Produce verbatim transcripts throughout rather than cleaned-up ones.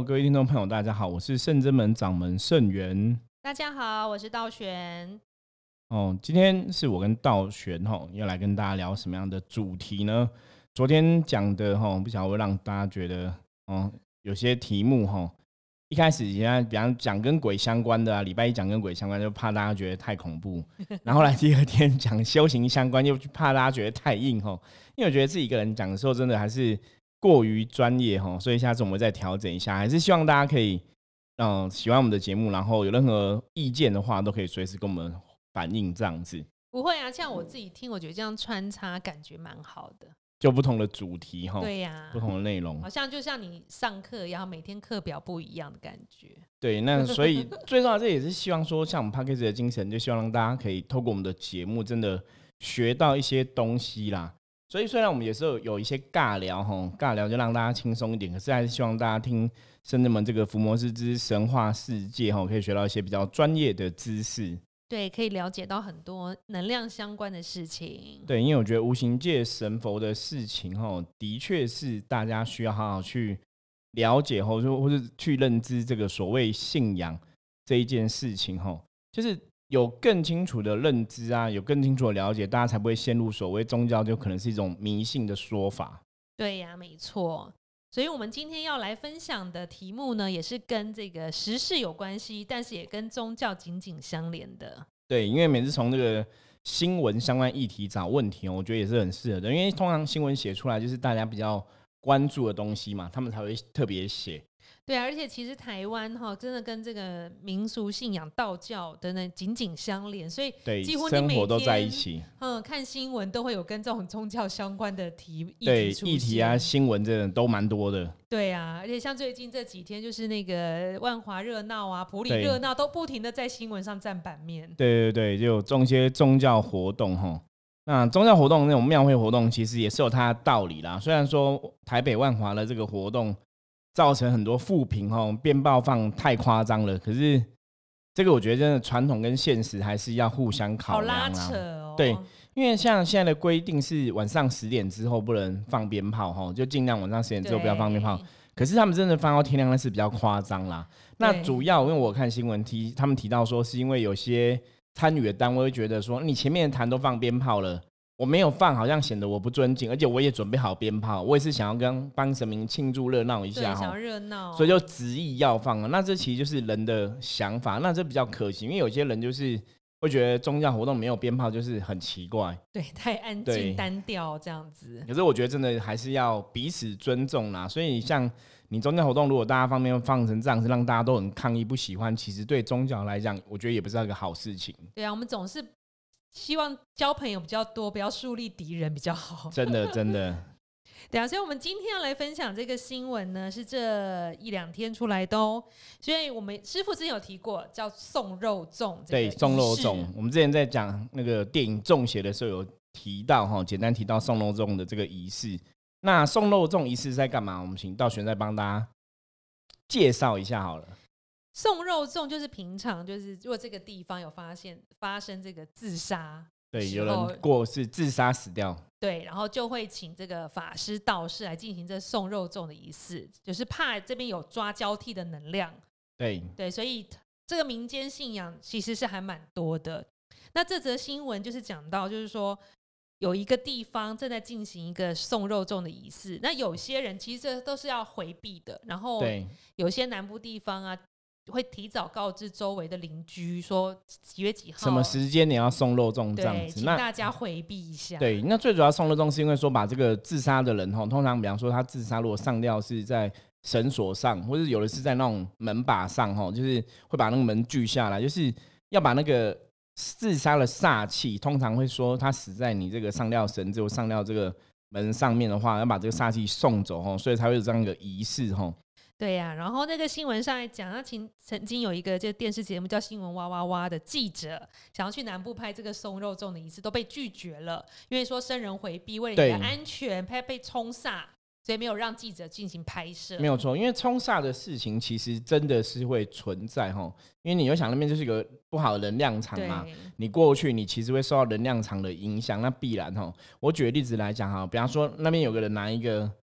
各位听众朋友大家好，我是圣真门掌门圣元。 大家好，我是道玄。 哦，今天是我跟道玄、哦、要来跟大家聊什么样的主题呢？昨天讲的、哦、不晓得会让大家觉得、哦、有些题目、哦、一开始现在比方讲跟鬼相关的啊，礼拜一讲跟鬼相关就怕大家觉得太恐怖，然后来第二天讲修行相关又怕大家觉得太硬、哦、因为我觉得自己一个人讲的时候真的还是过于专业，所以下次我们再调整一下，还是希望大家可以、呃、喜欢我们的节目，然后有任何意见的话都可以随时跟我们反映这样子。 不会啊，像我自己听我觉得这样穿插感觉蛮好的， 就不同的主题， 对呀、啊， 不同的内容， 好像就像你上课一样，每天课表不一样的感觉。 对，那所以最重要的这也是希望说像我们 Podcast 的精神，就希望让大家可以透过我们的节目真的学到一些东西啦。所以虽然我们有时候有一些尬聊，尬聊就让大家轻松一点，可是还是希望大家听圣真门这个伏魔师之神话世界，可以学到一些比较专业的知识， 对，可以了解到很多能量相关的事情。 对，因为我觉得无形界神佛的事情的确是大家需要好好去了解，或者或是去认知这个所谓信仰这一件事情，就是有更清楚的认知啊，有更清楚的了解，大家才不会陷入所谓宗教就可能是一种迷信的说法。 对呀、啊，没错。所以我们今天要来分享的题目呢，也是跟这个时事有关系，但是也跟宗教紧紧相连的。 对，因为每次从这个新闻相关议题找问题，我觉得也是很适合的，因为通常新闻写出来就是大家比较关注的东西嘛，他们才会特别写。 对啊，而且其实台湾哈真的跟这个民俗信仰、道教等等紧紧相连，所以几乎你每天生活都在一起。 嗯，看新闻都会有跟这种宗教相关的题议对题出现。 议题啊、新闻真的都蛮多的。 对啊，而且像最近这几天，就是那个万华热闹啊、埔里热闹，都不停的在新闻上占版面。 对对对，就有这些宗教活动哈。那宗教活动那种庙会活动，其实也是有它的道理啦。虽然说台北万华的这个活动造成很多负评哈，鞭炮放太夸张了，可是这个我觉得真的传统跟现实还是要互相考量啊。 好拉扯哦。 对，因为像现在的规定是晚上十点之后不能放鞭炮，就尽量晚上十点之后不要放鞭炮。可是他们真的放到天亮那是比较夸张啦。那主要因为我看新闻提他们提到说，是因为有些参与的单位会觉得说，你前面的坛都放鞭炮了，我没有放好像显得我不尊敬，而且我也准备好鞭炮，我也是想要跟帮神明庆祝热闹一下， 想要热闹， 所以就执意要放了。那这其实就是人的想法，那这比较可惜，因为有些人就是会觉得宗教活动没有鞭炮就是很奇怪， 对，太安静单调这样子。 可是我觉得真的还是要彼此尊重啦。所以像你宗教活动，如果大家方面放成这样，是让大家都很抗议不喜欢，其实对宗教来讲，我觉得也不是一个好事情。 对啊，我们总是希望交朋友比较多，不要树立敌人比较好。 真的真的。 对啊，所以我们今天要来分享这个新闻呢，是这一两天出来的哦。所以我们师父之前有提过，叫送肉粽。 对，送肉粽，我们之前在讲那个电影《粽邪》的时候有提到，简单提到送肉粽的这个仪式。那送肉粽仪式是在干嘛？我们请道玄再帮大家介绍一下好了。 送肉粽就是平常就是如果这个地方有发现发生这个自杀， 对，有人过世自杀死掉， 对，然后就会请这个法师道士来进行这送肉粽的仪式，就是怕这边有抓交替的能量。 对对，所以这个民间信仰其实是还蛮多的。那这则新闻就是讲到，就是说有一个地方正在进行一个送肉粽的仪式，那有些人其实这都是要回避的，然后有些南部地方啊会提早告知周围的邻居说几月几号什么时间你要送肉粽这样子， 请大家回避一下。 对，那最主要送肉粽是因为说把这个自杀的人，通常比方说他自杀如果上吊是在绳索上，或者有的是在那种门把上，就是会把那个门锯下来，就是要把那个自杀的煞气，通常会说他死在你这个上吊绳子或上吊这个门上面的话，要把这个煞气送走，所以才会有这样一个仪式。 对呀、啊，然后那个新闻上来讲，那曾经有一个就电视节目叫《新闻哇哇哇》的记者，想要去南部拍这个送肉粽的仪式，都被拒绝了，因为说生人回避，为了你的安全，怕被冲煞，所以没有让记者进行拍摄。 没有错，因为冲煞的事情其实真的是会存在，因为你有想那边就是一个不好的能量场嘛，你过去你其实会受到能量场的影响，那必然。我举个例子来讲，比方说那边有个人拿一个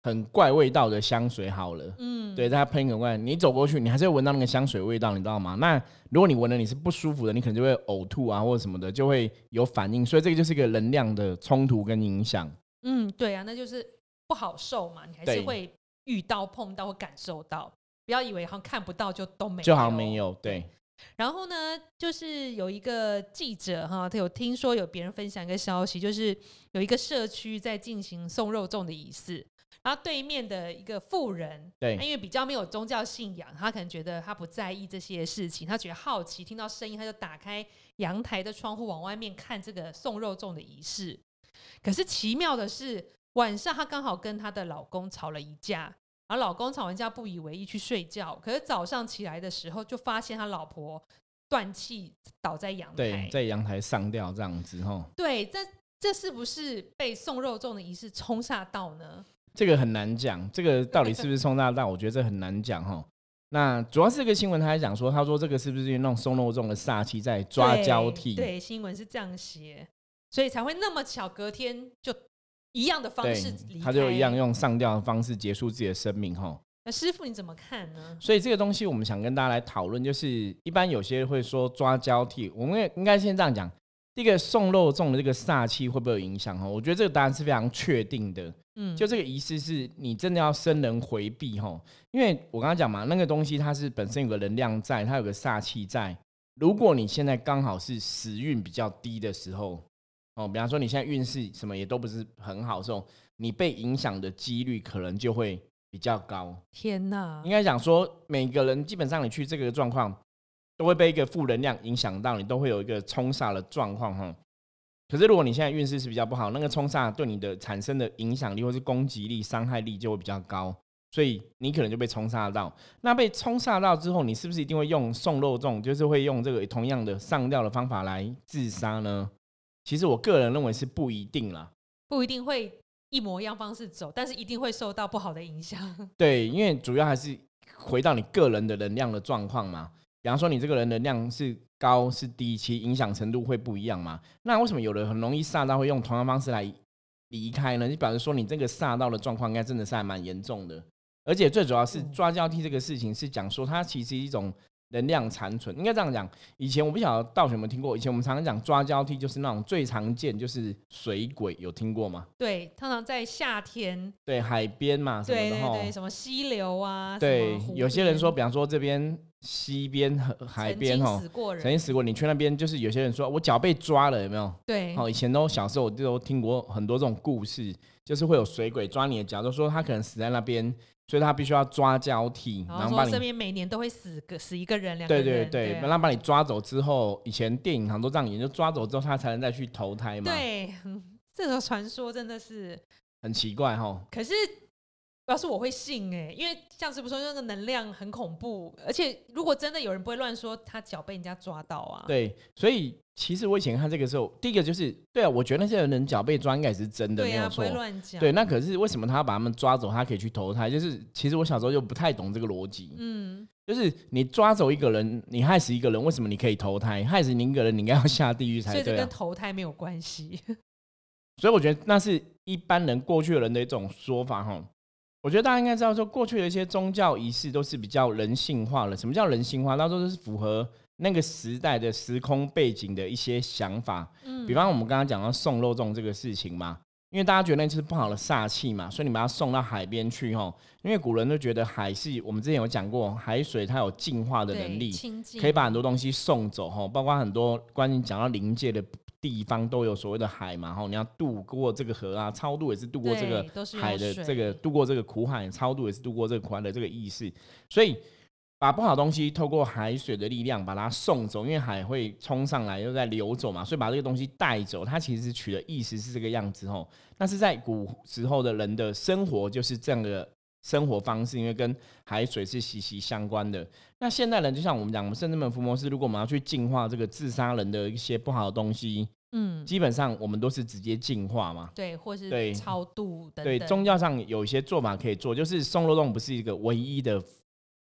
很怪味道的香水好了，嗯，对，它喷很怪，你走过去，你还是会闻到那个香水味道，你知道吗？那如果你闻了你是不舒服的，你可能就会呕吐啊，或者什么的，就会有反应。所以这个就是一个能量的冲突跟影响。 嗯，对啊，那就是不好受嘛，你还是会遇到、碰到或感受到。不要以为好像看不到就都没有， 就好像没有，对。 然后呢，就是有一个记者哈，他有听说有别人分享一个消息，就是有一个社区在进行送肉粽的仪式，然后对面的一个妇人， 对， 因为比较没有宗教信仰，他可能觉得他不在意这些事情，他觉得好奇，听到声音他就打开阳台的窗户往外面看这个送肉粽的仪式。可是奇妙的是，晚上她刚好跟她的老公吵了一架。然后老公吵完架不以为意去睡觉，可是早上起来的时候就发现他老婆断气倒在阳台， 对，在阳台上吊这样子齁。 对，这这是不是被送肉粽的仪式冲煞到呢？ 这个很难讲，这个到底是不是冲煞到？我觉得这很难讲齁。那主要是这个新闻，他还讲说，他说这个是不是那种送肉粽的煞气在抓交替？ 对，对，新闻是这样写，所以才会那么巧，隔天就。一样的方式离开， 他就一样用上吊的方式结束自己的生命齁。 那师父你怎么看呢？ 所以这个东西我们想跟大家来讨论，就是一般有些会说抓交替，我们应该先这样讲。第一个送肉粽的这个煞气会不会有影响？我觉得这个答案是非常确定的。嗯，就这个仪式是你真的要生人回避，因为我刚刚讲嘛，那个东西它是本身有个能量在，它有个煞气在。如果你现在刚好是时运比较低的时候，哦，比方说你现在运势什么也都不是很好的时候，你被影响的几率可能就会比较高。 天哪！ 应该讲说，每个人基本上你去这个状况，都会被一个负能量影响到，你都会有一个冲煞的状况哈。可是如果你现在运势是比较不好，那个冲煞对你的产生的影响力或是攻击力、伤害力就会比较高，所以你可能就被冲煞到。那被冲煞到之后，你是不是一定会用送肉粽，就是会用这个同样的上吊的方法来自杀呢？其实我个人认为是不一定啦， 不一定会一模一样方式走，但是一定会受到不好的影响。 对，因为主要还是回到你个人的能量的状况嘛。比方说你这个人能量是高是低，其影响程度会不一样嘛。那为什么有人很容易煞到会用同样方式来离开呢？就表示说你这个煞到的状况应该真的是还蛮严重的。而且最主要是抓交替这个事情是讲说它其实一种能量残存，应该这样讲。以前我不晓得道玄有没有听过，以前我们常常讲抓交替，就是那种最常见就是水鬼，有听过吗？ 对，通常在夏天， 对，海边嘛，什么的， 对对对，什么溪流啊， 对，有些人说，比方说这边溪边、海边， 曾经死过人， 曾经死过。你去那边，就是有些人说我脚被抓了，有没有？ 对， 以前都小时候我都听过很多这种故事，就是会有水鬼抓你的脚，就说他可能死在那边。所以他必须要抓交替， 然后说这边每年都会死个死一个人、两个人， 对对对，然后把你抓走之后，以前电影好像都这样演，就抓走之后他才能再去投胎嘛。 对，这个传说真的是很奇怪齁。 可是要是我会信哎、欸，因为像是不是说那个能量很恐怖，而且如果真的有人不会乱说他脚被人家抓到啊。 对，所以其实我以前看这个时候，第一个就是对啊，我觉得那些人脚被抓应该也是真的， 对啊， 没有错， 不会乱讲。 对，那可是为什么他要把他们抓走，他可以去投胎？就是其实我小时候就不太懂这个逻辑。嗯，就是你抓走一个人，你害死一个人，为什么你可以投胎？害死你一个人，你应该要下地狱才对、啊。 所以这跟投胎没有关系。 所以我觉得那是一般人过去的人的一种说法哈。我觉得大家应该知道，说过去的一些宗教仪式都是比较人性化的。什么叫人性化？到时候是符合那个时代的时空背景的一些想法。嗯，比方我们刚刚讲到送肉粽这个事情嘛，因为大家觉得那是不好的煞气嘛，所以你把它送到海边去哈。因为古人都觉得海是我们之前有讲过，海水它有净化的能力，可以把很多东西送走哈，包括很多关于讲到灵界的地方都有所谓的海嘛，你要渡过这个河啊，超度也是渡过这个海的这个渡过这个苦海，超度也是渡过这个苦海的这个意思。所以把不好的东西透过海水的力量把它送走，因为海会冲上来又在流走嘛，所以把这个东西带走，它其实取的意思是这个样子齁。但是在古时候的人的生活就是这样的生活方式，因为跟海水是息息相关的。那现代人就像我们讲，我们圣真门伏魔师，如果我们要去净化这个自杀人的一些不好的东西，嗯，基本上我们都是直接净化嘛， 对，或是超度等等。 对，宗教上有一些做法可以做，就是送肉粽不是一个唯一的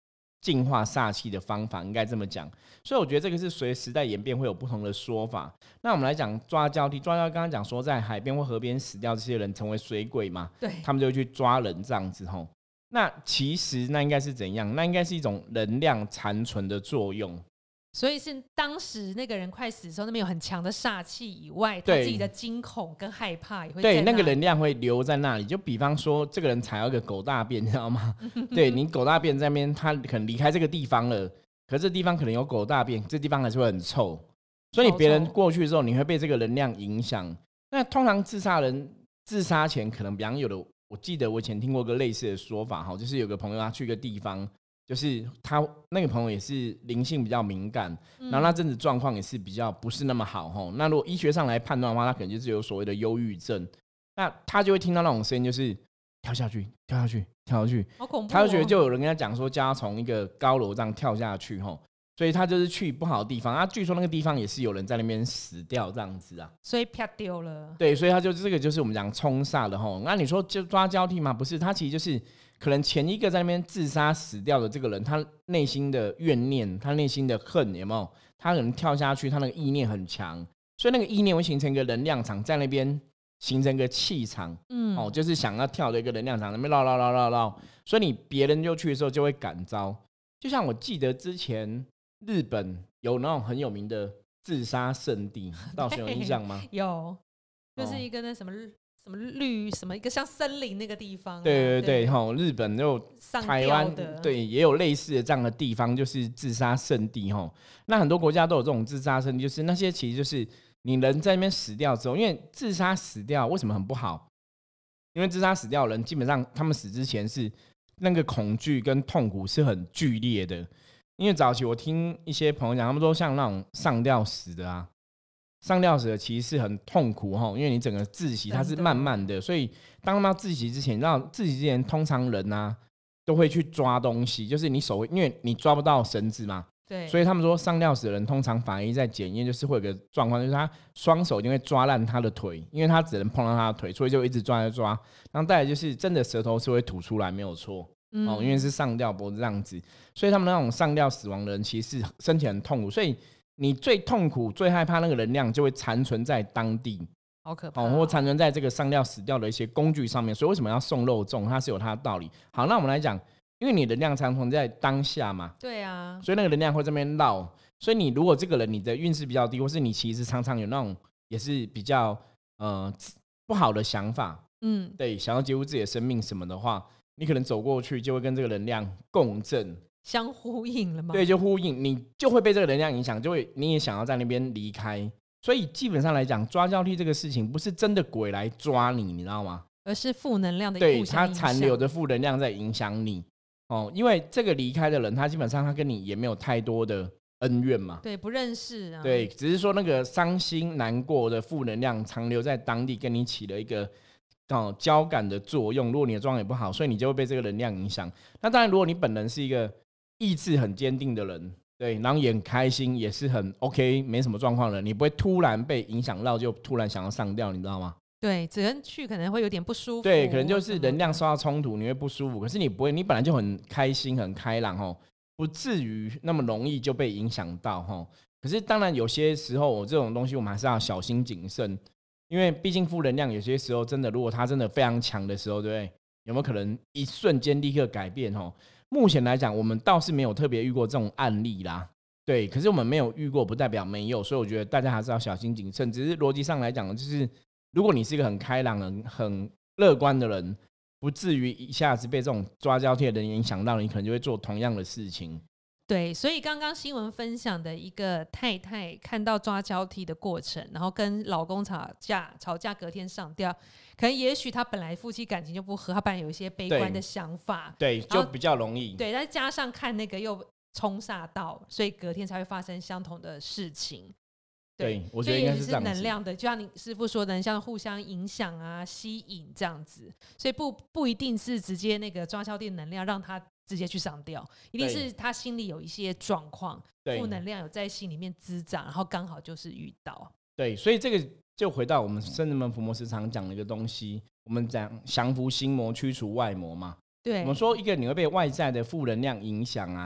净化煞气的方法，应该这么讲。所以我觉得这个是随时代演变会有不同的说法。那我们来讲抓交替，抓交替刚刚讲说在海边或河边死掉这些人成为水鬼嘛， 对， 他们就会去抓人这样子吼。那其实那应该是怎样？那应该是一种能量残存的作用。 所以是当时那个人快死的时候，那边有很强的煞气以外，他自己的惊恐跟害怕也会在对， 那那个能量会留在那里。就比方说，这个人踩到一个狗大便，你知道吗？对，你狗大便在那边，他可能离开这个地方了，可是这地方可能有狗大便，这地方还是会很臭，所以别人过去之后，你会被这个能量影响。那通常自杀人自杀前，可能比方有的，我记得我以前听过个类似的说法，就是有个朋友他去一个地方。就是他那个朋友也是灵性比较敏感，嗯、然后那阵子状况也是比较不是那么好吼。那如果医学上来判断的话，他可能就是有所谓的忧郁症。那他就会听到那种声音，就是跳下去，跳下去，跳下去， 好恐怖、哦！ 他就觉得就有人跟他讲说，叫他从一个高楼这样跳下去吼。所以他就是去不好的地方。他据说那个地方也是有人在那边死掉这样子啊， 所以啪丢了。 对，所以他就这个就是我们讲冲煞的吼。那你说就抓交替吗？不是，他其实就是。可能前一个在那边自杀死掉的这个人，他内心的怨念，他内心的恨有没有？他可能跳下去，他那个意念很强，所以那个意念会形成一个能量场，在那边形成一个气场，嗯，哦，就是想要跳的一个能量场，那边绕绕绕绕绕，所以你别人就去的时候就会感召。就像我记得之前日本有那种很有名的自杀圣地，道玄有印象吗？ 有，就是一个那什么。什么绿什么一个像森林那个地方、啊， 对对对，吼，日本就台湾对也有类似的这样的地方，就是自杀圣地吼。那很多国家都有这种自杀圣地，就是那些其实就是你人在那边死掉之后，因为自杀死掉为什么很不好？因为自杀死掉的人基本上他们死之前是那个恐惧跟痛苦是很剧烈的。因为早期我听一些朋友讲，他们都像那种上吊死的啊。上吊死的其实是很痛苦，因为你整个窒息它是慢慢的，所以当他们要窒息之前，你知道窒息之前通常人啊都会去抓东西，就是你手，因为你抓不到绳子嘛， 对， 所以他们说上吊死的人通常法医在检验就是会有个状况，就是他双手一定会抓烂他的腿，因为他只能碰到他的腿，所以就一直抓一抓。然后再来就是真的舌头是会吐出来，没有错，嗯、因为是上吊脖子这样子，所以他们那种上吊死亡的人其实是身体很痛苦，所以。你最痛苦、最害怕那个能量就会残存在当地， 好可怕、哦， 或残存在这个上吊死掉的一些工具上面。所以为什么要送肉粽？它是有它的道理。好，那我们来讲，因为你能量残存在当下嘛， 对啊， 所以那个能量会这边绕。所以你如果这个人你的运势比较低，或是你其实常常有那种也是比较呃不好的想法，嗯，对，想要结束自己的生命什么的话，你可能走过去就会跟这个能量共振。 相呼应了吗？ 对，就呼应，你就会被这个能量影响，就会你也想要在那边离开。所以基本上来讲，抓交替这个事情不是真的鬼来抓你，你知道吗？ 而是负能量的对，它残留的负能量在影响你哦。因为这个离开的人，他基本上他跟你也没有太多的恩怨嘛， 对，不认识啊， 对，只是说那个伤心难过的负能量残留在当地，跟你起了一个。哦，交感的作用。如果你的状况也不好，所以你就会被这个能量影响。那当然，如果你本人是一个意志很坚定的人，对，然后也很开心，也是很 OK， 没什么状况的人，你不会突然被影响到，就突然想要上吊，你知道吗？ 对，只能去可能会有点不舒服， 对，可能就是能量受到冲突，你会不舒服。可是你不会，你本来就很开心、很开朗哦，不至于那么容易就被影响到哦。可是当然，有些时候我这种东西，我们还是要小心谨慎。因为毕竟负能量有些时候真的，如果它真的非常强的时候，对不对？有没有可能一瞬间立刻改变？哦，目前来讲，我们倒是没有特别遇过这种案例啦。对，可是我们没有遇过，不代表没有，所以我觉得大家还是要小心谨慎。只是逻辑上来讲，就是如果你是一个很开朗的、很乐观的人，不至于一下子被这种抓交替的人影响到，你可能就会做同样的事情。 对，所以刚刚新闻分享的一个太太看到抓交替的过程，然后跟老公吵架，吵架隔天上吊，可能也许她本来夫妻感情就不和，她本来有一些悲观的想法， 对，对，就比较容易。 对，再加上看那个又冲煞到，所以隔天才会发生相同的事情。 对，对，我觉得应该是这样子。 所以也是能量的，就像你师父说的，像互相影响啊、吸引这样子，所以不不一定是直接那个抓交替能量让他直接去上吊，一定是他心里有一些状况，负能量有在心里面滋长，然后刚好就是遇到。 对，所以这个就回到我们圣人门伏魔师常讲的一个东西，我们讲降服心魔，驱除外魔嘛。 对， 我们说一个你会被外在的负能量影响啊，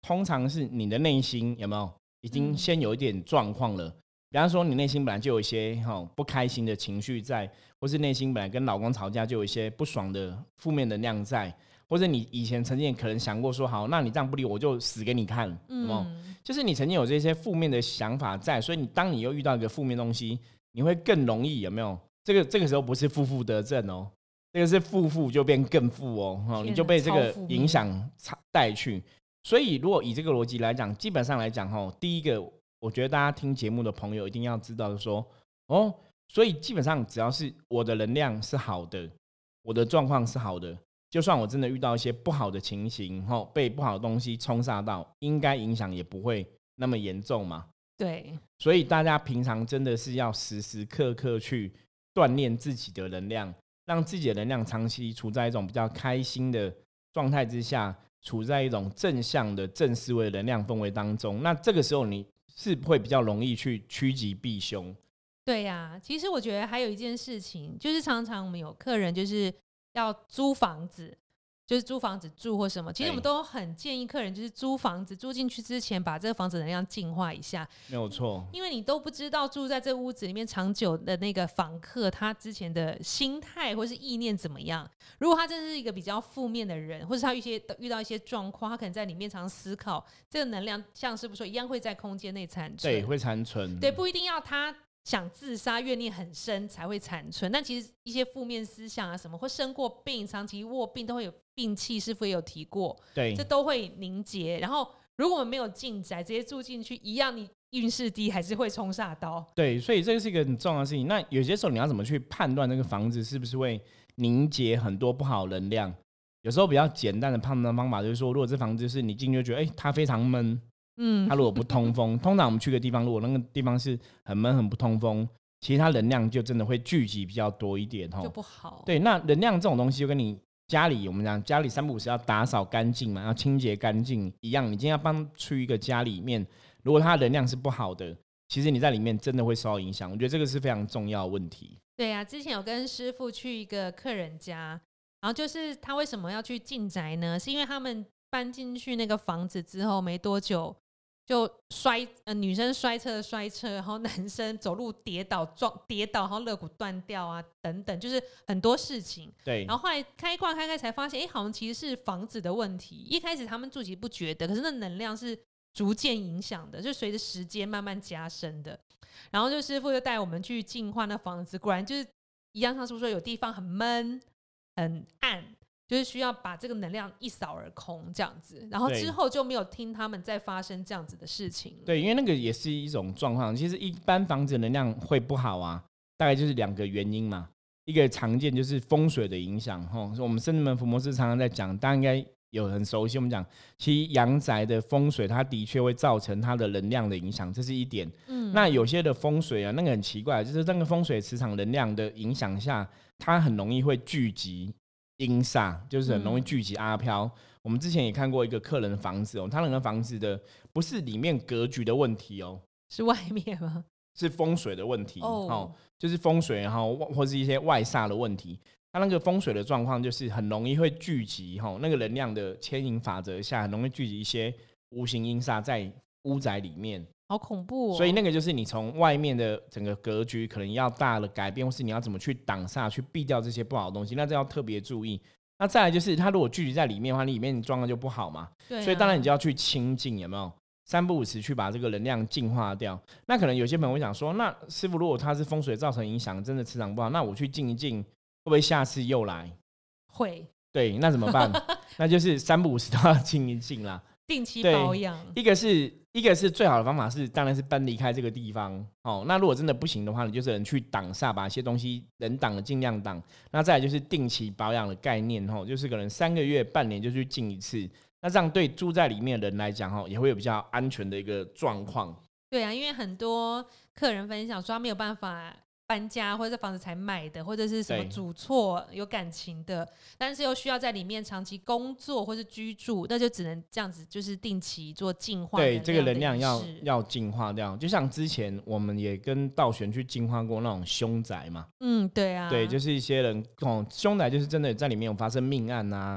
通常是你的内心有没有已经先有一点状况了？嗯、比方说，你内心本来就有一些哈不开心的情绪在，或是内心本来跟老公吵架就有一些不爽的负面能量在，或者你以前曾经也可能想过说，好，那你这样不理我，我就死给你看，有没有？嗯、就是你曾经有这些负面的想法在，所以你当你又遇到一个负面东西，你会更容易有没有？这个这个时候不是负负得正哦。这个是负负就变更负哦，你就被这个影响带去。所以如果以这个逻辑来讲，基本上来讲，第一个我觉得大家听节目的朋友一定要知道说，哦，所以基本上只要是我的能量是好的，我的状况是好的，就算我真的遇到一些不好的情形，被不好的东西冲煞到，应该影响也不会那么严重嘛。 对， 所以大家平常真的是要时时刻刻去锻炼自己的能量，让自己的能量长期处在一种比较开心的状态之下，处在一种正向的正思维的能量氛围当中，那这个时候你是会比较容易去趋吉避凶。 对呀、啊，其实我觉得还有一件事情，就是常常我们有客人就是要租房子，就是租房子住或什么，其实我们都很建议客人就是租房子租进去之前把这个房子能量净化一下， 没有错， 因为你都不知道住在这屋子里面长久的那个房客他之前的心态或是意念怎么样。如果他真的是一个比较负面的人，或是他一些遇到一些状况，他可能在里面常思考，这个能量像师傅说一样会在空间内残存， 对，会残存， 对，不一定要他想自杀怨念很深才会残存，但其实一些负面思想啊什么，或生过病长期卧病都会有病气，师傅也有提过， 对， 这都会凝结。然后如果我们没有进宅直接住进去，一样你运势低还是会冲煞刀。 对，所以这个是一个很重要的事情。那有些时候你要怎么去判断那个房子是不是会凝结很多不好能量？有时候比较简单的判断方法就是说，如果这房子就是你进去就觉得哎、欸、它非常闷，嗯，它如果不通风，通常我们去个地方，如果那个地方是很闷很不通风，其实它能量就真的会聚集比较多一点， 就不好。 对，那能量这种东西就跟你家里我们讲家里三不五时要打扫干净嘛，要清洁干净一样。你今天要搬出一个家里面，如果它的能量是不好的，其实你在里面真的会受到影响。我觉得这个是非常重要的问题。 对啊，之前有跟师傅去一个客人家，然后就是他为什么要去进宅呢？是因为他们搬进去那个房子之后没多久就摔、呃、女生摔车的摔车，然后男生走路跌倒撞跌倒，然后肋骨断掉啊等等，就是很多事情。 对， 然后后来开挂开开才发现，哎，好像其实是房子的问题。一开始他们住起不觉得，可是那能量是逐渐影响的，就随着时间慢慢加深的。然后就师傅就带我们去净化那房子，果然就是一样，他是不是说有地方很闷很暗，就是需要把这个能量一扫而空这样子，然后之后就没有听他们再发生这样子的事情。 对，因为那个也是一种状况。其实一般房子能量会不好啊，大概就是两个原因嘛。一个常见就是风水的影响，我们圣门伏魔师常常在讲，大家应该有很熟悉。我们讲，其实阳宅的风水，它的确会造成它的能量的影响，这是一点。嗯，那有些的风水啊，那个很奇怪，就是那个风水磁场能量的影响下，它很容易会聚集阴煞，就是很容易聚集阿飘。嗯、我们之前也看过一个客人的房子哦，他那个房子的不是里面格局的问题哦， 是外面吗？ 是风水的问题哦， 哦就是风水，然后或是一些外煞的问题。它那个风水的状况就是很容易会聚集哈，那个能量的牵引法则下，很容易聚集一些无形阴煞在屋宅里面， 好恐怖哦。 所以那个就是你从外面的整个格局可能要大的改变，或是你要怎么去挡煞、去避掉这些不好的东西，那这要特别注意。那再来就是它如果聚集在里面的话，你里面状况就不好嘛， 对啊， 所以当然你就要去清净，有没有？三不五时去把这个能量净化掉。那可能有些朋友会想说，那师傅如果他是风水造成影响，真的磁场不好，那我去静一静，会不会下次又来？ 会。 对，那怎么办？那就是三不五时都要静一静啦， 定期保养。 一个是一个是最好的方法是，当然是搬离开这个地方哦。那如果真的不行的话，你就是能去挡煞，把一些东西能挡的尽量挡。那再来就是定期保养的概念哦，就是可能三个月、半年就去静一次。那这样对住在里面的人来讲，也会有比较安全的一个状况。 对啊，因为很多客人分享说他没有办法搬家，或者房子才买的，或者是什么主错有感情的，但是又需要在里面长期工作或是居住，那就只能这样子，就是定期做净化。 对，这个能量要要净化掉。就像之前我们也跟道玄去净化过那种凶宅嘛。 嗯，对啊， 对，就是一些人哦，凶宅就是真的在里面有发生命案啊。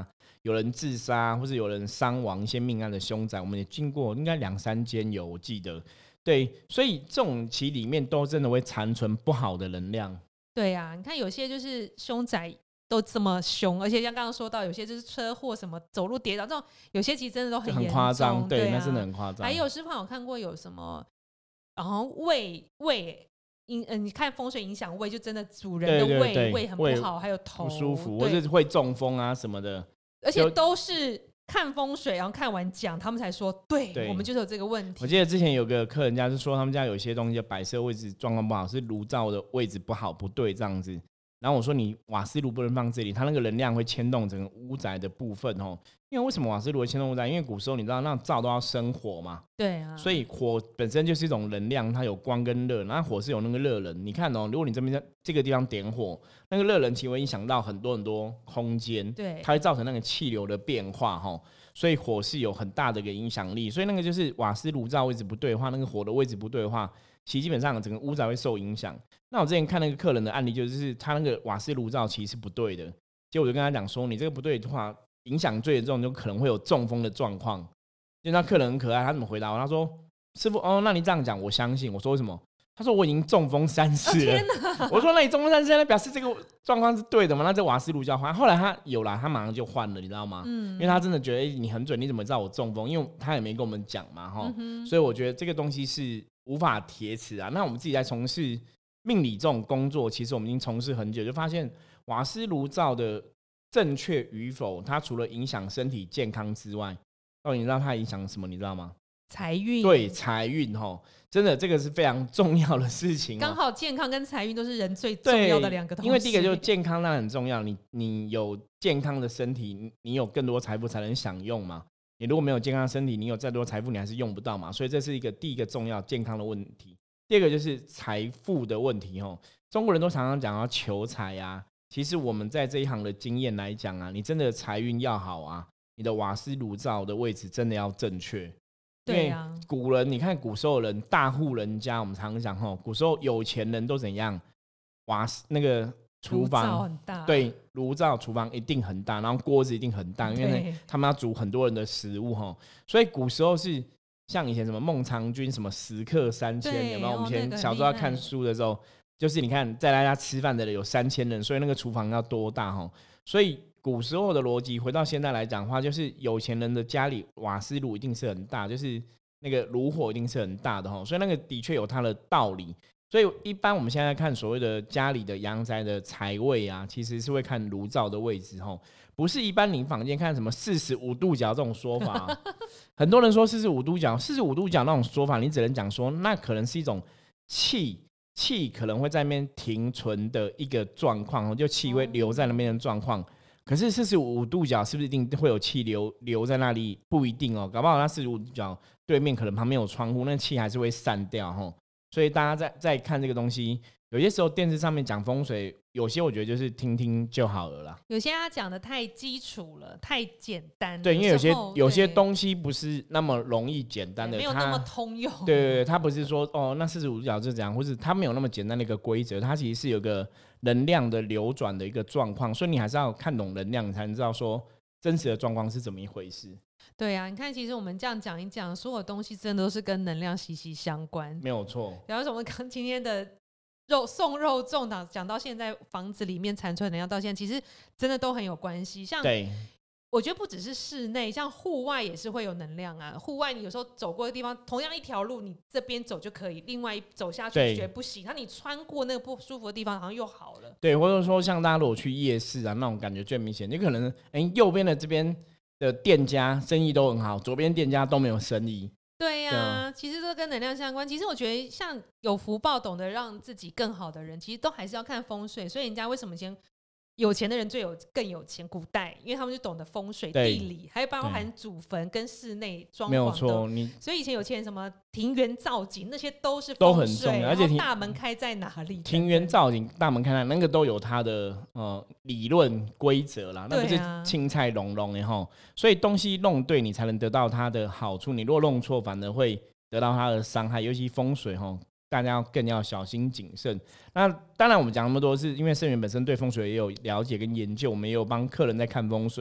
有人自杀或是有人伤亡一些命案的凶宅，我们也经过应该两三间有，我记得。对，所以这种其里面都真的会残存不好的能量。 对啊，你看有些就是凶宅都这么凶，而且像刚刚说到，有些就是车祸什么走路跌倒这种，有些其实真的都很严重， 很夸张，对， 对啊， 那真的很夸张。 还有师傅有看过有什么，然后胃胃。影呃，你看风水影响胃，就真的主人的胃对对对胃很不好，还有头不舒服，或是会中风啊什么的， 而且都是看风水，然后看完讲，他们才说对， 对， 我们就是有这个问题。 我记得之前有个客人家是说，他们家有一些东西摆设位置状况不好，是炉灶的位置不好不对这样子。然后我说你瓦斯炉不能放这里，它那个能量会牵动整个屋宅的部分哦。因为为什么瓦斯炉会牵动屋宅？因为古时候你知道那灶都要生火嘛， 对啊， 所以火本身就是一种能量，它有光跟热，那火是有那个热能。你看哦，如果你这边这个地方点火，那个热能其实会影响到很多很多空间， 对， 它会造成那个气流的变化哈。所以火是有很大的一个影响力。所以那个就是瓦斯炉灶位置不对的话，那个火的位置不对的话，其实基本上整个屋宅会受影响。那我之前看那个客人的案例，就是他那个瓦斯炉灶其实是不对的，结果我就跟他讲说，你这个不对的话，影响最严重就可能会有中风的状况。就那客人很可爱，他怎么回答我？他说：“师傅，哦，那你这样讲，我相信。”我说：“为什么？”他说：“我已经中风三次了。哦”我说：“那你中风三次，那表示这个状况是对的吗？那这瓦斯炉就要换。”后来他有啦，他马上就换了，你知道吗？嗯，因为他真的觉得、欸、你很准，你怎么知道我中风？因为他也没跟我们讲嘛，哈、嗯。所以我觉得这个东西是无法铁齿啊。那我们自己在从事命理这种工作，其实我们已经从事很久，就发现瓦斯炉灶的正确与否，它除了影响身体健康之外，到底你知道它影响什么？你知道吗？ 财运。 对，财运齁，真的这个是非常重要的事情、喔。 刚好健康跟财运都是人最重要的两个东西。 因为第一个就是健康，当然很重要。你你有健康的身体，你有更多财富才能享用嘛。你如果没有健康的身体，你有再多财富，你还是用不到嘛。所以这是一个第一个重要健康的问题。第二个就是财富的问题齁。中国人都常常讲要求财啊，其实我们在这一行的经验来讲啊，你真的财运要好啊，你的瓦斯炉灶的位置真的要正确。 对啊， 古人你看古时候人大户人家，我们常常讲吼，古时候有钱人都怎样？瓦斯那个厨房很大， 对，炉灶厨房一定很大，然后锅子一定很大，因为他们要煮很多人的食物吼，所以古时候是像以前什么孟尝君什么食客三千，有没有？我们以前小时候要看书的时候，就是你看在大家吃饭的人有三千人，所以那个厨房要多大吼？所以古时候的逻辑回到现在来讲的话，就是有钱人的家里瓦斯炉一定是很大，就是那个炉火一定是很大的齁，所以那个的确有它的道理。所以一般我们现在看所谓的家里的阳宅的财位啊，其实是会看炉灶的位置齁，不是一般你坊间看什么四十五度角这种说法。很多人说四十五度角，四十五度角那种说法，你只能讲说那可能是一种气。气可能会在那边停存的一个状况，就气会留在那边的状况。可是四十五度角是不是一定会有气流留在那里？不一定哦，搞不好那四十五度角对面可能旁边有窗户，那气还是会散掉齁。所以大家在在看这个东西，有些时候电视上面讲风水，有些我觉得就是听听就好了啦。 有些他讲的太基础了，太简单了。 对，因为有些有些东西不是那么容易简单的， 没有那么通用。 对对对，它不是说哦，那四十五度角就这样，或者它没有那么简单的一个规则，它其实是有个能量的流转的一个状况，所以你还是要看懂能量，你才能知道说真实的状况是怎么一回事。 对啊，你看，其实我们这样讲一讲，所有东西真的都是跟能量息息相关， 没有错。 然后我们刚今天的肉送肉粽到讲到现在，房子里面残存能量到现在，其实真的都很有关系。像对， 我觉得不只是室内，像户外也是会有能量啊。户外你有时候走过的地方，同样一条路，你这边走就可以，另外走下去觉得不行，那你穿过那个不舒服的地方，好像又好了。 对，或者说像大家如果去夜市啊，那种感觉最明显，你可能哎、欸、右边的这边的店家生意都很好，左边店家都没有生意。 对呀、啊，其实都跟能量相关。其实我觉得，像有福报、懂得让自己更好的人，其实都还是要看风水。所以人家为什么以前有钱的人最有更有钱？古代，因为他们就懂得风水、地理，还有包含祖坟跟室内装潢的。 没有错，你所以以前有钱人什么庭园造景，那些都是风水都很重要，而且大门开在哪里？ 庭园造景、大门开在哪，那个都有它的呃理论规则啦，那不是青菜龙龙的齁。所以东西弄对，你才能得到它的好处。你如果弄错，反而会得到它的伤害。尤其风水齁，大家要更要小心谨慎。那当然，我们讲那么多，是因为盛元本身对风水也有了解跟研究，我们也有帮客人在看风水。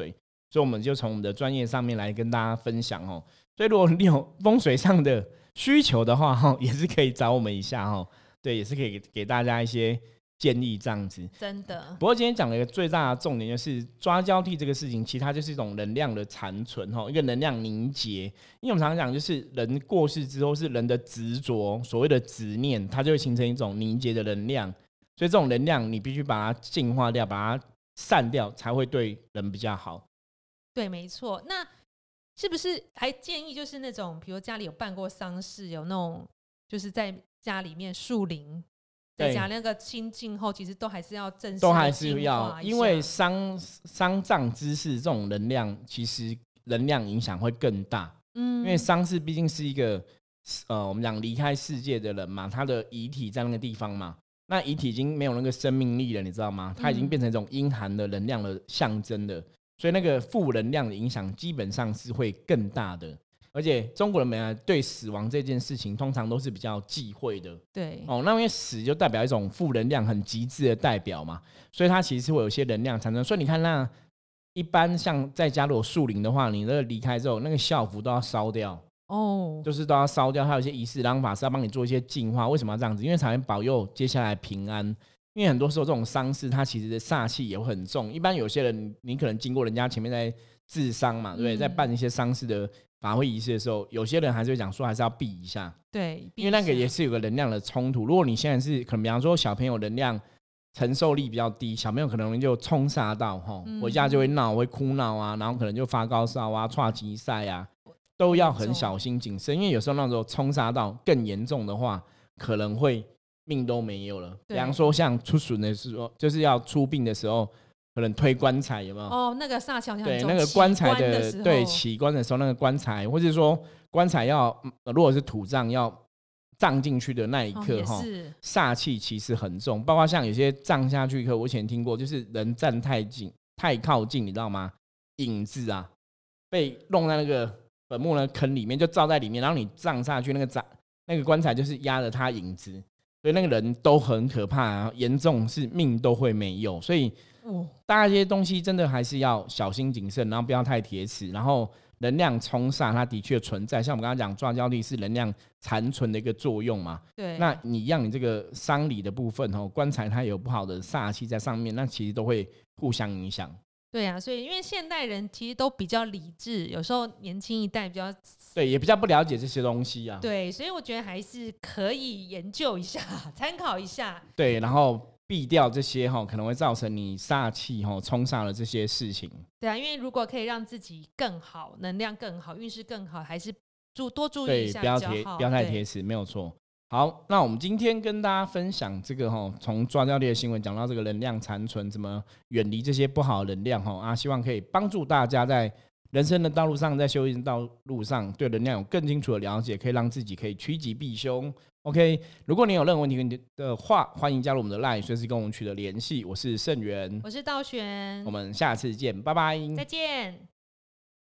所以我们就从我们的专业上面来跟大家分享哦。所以如果你有风水上的需求的话，也是可以找我们一下，对，也是可以给大家一些建议这样子。 真的。 不过今天讲了一个最大的重点，就是抓交替这个事情，其实它就是一种能量的残存，一个能量凝结。因为我们常常讲，就是人过世之后，是人的执着，所谓的执念，它就会形成一种凝结的能量。所以这种能量你必须把它净化掉，把它散掉，才会对人比较好。 对，没错。那是不是还建议就是那种比如家里有办过丧事，有那种就是在家里面树灵，在家那个清净后，其实都还是要正式都还是要，因为丧丧葬之事这种能量，其实能量影响会更大。嗯，因为丧事毕竟是一个呃，我们讲离开世界的人嘛，他的遗体在那个地方嘛，那遗体已经没有那个生命力了，你知道吗？它已经变成一种阴寒的能量的象征了，所以那个负能量的影响基本上是会更大的。而且中国人们对死亡这件事情通常都是比较忌讳的。 对哦，那因为死就代表一种负能量很极致的代表嘛，所以它其实会有些能量产生。所以你看，那一般像在家如果树林的话，你那个离开之后，那个校服都要烧掉哦，就是都要烧掉。还有一些仪式，让法师要帮你做一些净化。为什么要这样子？因为才能保佑接下来平安。因为很多时候这种丧事，它其实的煞气也会很重。一般有些人，你可能经过人家前面在治丧嘛，对不对？嗯、在办一些丧事的法会仪式的时候，有些人还是会讲说，还是要避一下。 对， 因为那个也是有个能量的冲突。如果你现在是可能，比方说小朋友能量承受力比较低，小朋友可能就冲煞到，嗯、回家就会闹，会哭闹啊，然后可能就发高烧啊、剉急赛啊，都要很小心谨慎。因为有时候那时候冲煞到更严重的话，可能会命都没有了。比方说像出巡的时候，就是要出殡的时候，可能推棺材有没有？ 哦，那个煞气好像对，那个棺材的对起棺的时候，那个棺材，或者说棺材要、呃、如果是土葬要葬进去的那一刻，哦、煞气其实很重。包括像有些葬下去一刻，我以前听过，就是人站太近、太靠近，你知道吗？影子啊，被弄在那个坟墓的坑里面，就照在里面，然后你葬下去，那个那个棺材就是压着他影子。所以那个人都很可怕、啊，严重是命都会没有。所以大家这些东西真的还是要小心谨慎，然后不要太铁齿。然后能量冲煞它的确存在，像我们刚刚讲抓交替是能量残存的一个作用嘛。 对， 那你一样，你这个丧礼的部分哦，棺材它有不好的煞气在上面，那其实都会互相影响。 对啊，所以因为现代人其实都比较理智，有时候年轻一代比较对，也比较不了解这些东西啊。 对，所以我觉得还是可以研究一下，参考一下。 对，然后避掉这些可能会造成你煞气冲煞的这些事情。 对啊，因为如果可以让自己更好，能量更好，运势更好，还是注多注意一下比较好。 对，不要不要太铁齿，没有错。好，那我们今天跟大家分享这个从抓交替的新闻讲到这个能量残存，怎么远离这些不好的能量啊，希望可以帮助大家在人生的道路上，在修行道路上对能量有更清楚的了解，可以让自己可以趋吉避凶。OK， 如果你有任何问题的话，欢迎加入我们的 LINE， 随时跟我们取得联系。我是盛元， 我是道玄， 我们下次见，拜拜， 再见。